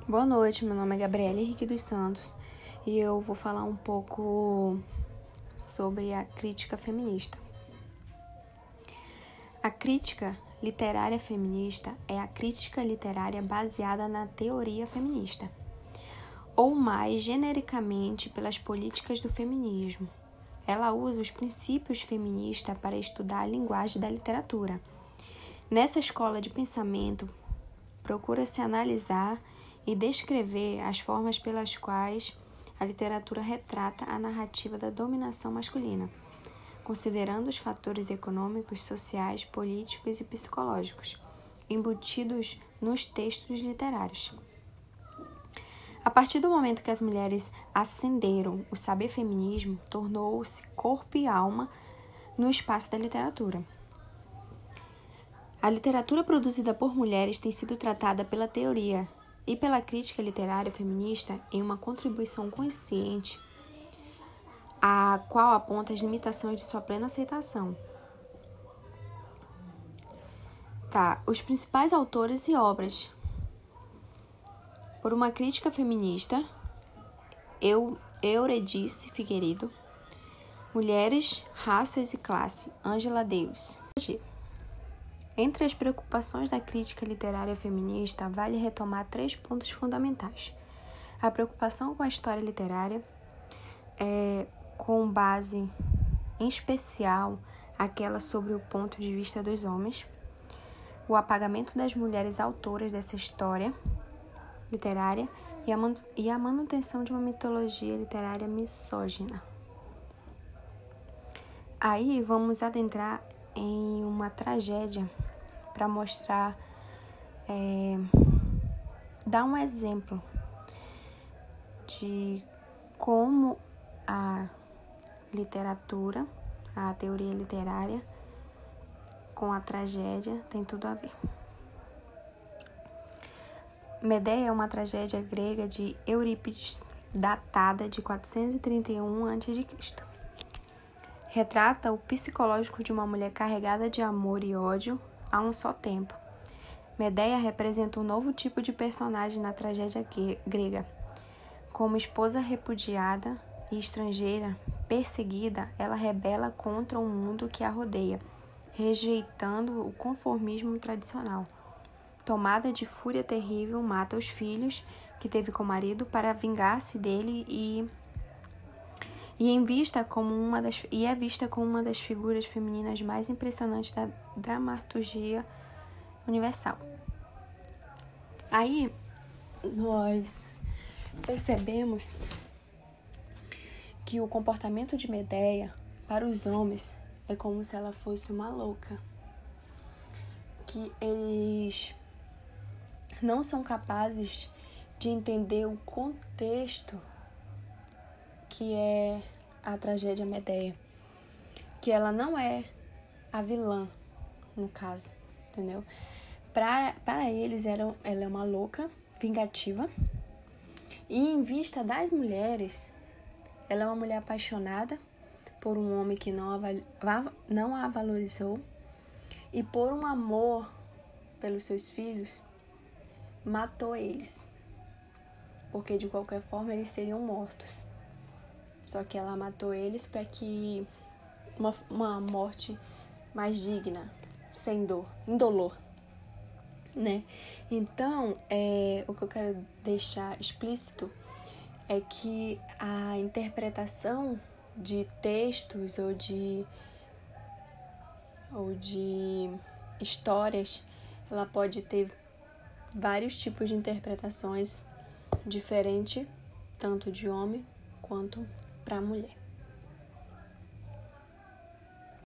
Boa noite, meu nome é Gabriela Henrique dos Santos e eu vou falar um pouco sobre a crítica feminista. A crítica literária feminista é a crítica literária baseada na teoria feminista, ou mais genericamente pelas políticas do feminismo. Ela usa os princípios feministas para estudar a linguagem da literatura. Nessa escola de pensamento, procura-se analisar e descrever as formas pelas quais a literatura retrata a narrativa da dominação masculina, considerando os fatores econômicos, sociais, políticos e psicológicos embutidos nos textos literários. A partir do momento que as mulheres ascenderam, o saber feminismo tornou-se corpo e alma no espaço da literatura. A literatura produzida por mulheres tem sido tratada pela teoria e pela crítica literária feminista em uma contribuição consciente, a qual aponta as limitações de sua plena aceitação. Os principais autores e obras. Por uma crítica feminista, Eurídice Figueiredo, Mulheres, Raças e Classe, Angela Davis. Entre as preocupações da crítica literária feminista, vale retomar 3 pontos fundamentais. A preocupação com a história literária, com base, em especial, aquela sobre o ponto de vista dos homens, o apagamento das mulheres autoras dessa história literária e a manutenção de uma mitologia literária misógina. Aí vamos adentrar em uma tragédia para mostrar, dar um exemplo de como a literatura, a teoria literária com a tragédia tem tudo a ver. Medeia é uma tragédia grega de Eurípides, datada de 431 a.C. Retrata o psicológico de uma mulher carregada de amor e ódio a um só tempo. Medeia representa um novo tipo de personagem na tragédia grega. Como esposa repudiada e estrangeira, perseguida, ela rebela contra o mundo que a rodeia, rejeitando o conformismo tradicional. Tomada de fúria terrível, mata os filhos que teve com o marido para vingar-se dele e é vista como uma das figuras femininas mais impressionantes da dramaturgia universal. Aí nós percebemos que o comportamento de Medeia para os homens é como se ela fosse uma louca, que eles não são capazes de entender o contexto que é a tragédia Medeia, que ela não é a vilã, no caso, entendeu? Para eles, ela é uma louca, vingativa, e em vista das mulheres, ela é uma mulher apaixonada por um homem que não a valorizou, e por um amor pelos seus filhos, matou eles, porque de qualquer forma eles seriam mortos. Só que ela matou eles para que uma morte mais digna, sem dor, indolor, né? Então, o que eu quero deixar explícito é que a interpretação de textos ou de histórias, ela pode ter vários tipos de interpretações diferentes, tanto de homem quanto para a mulher.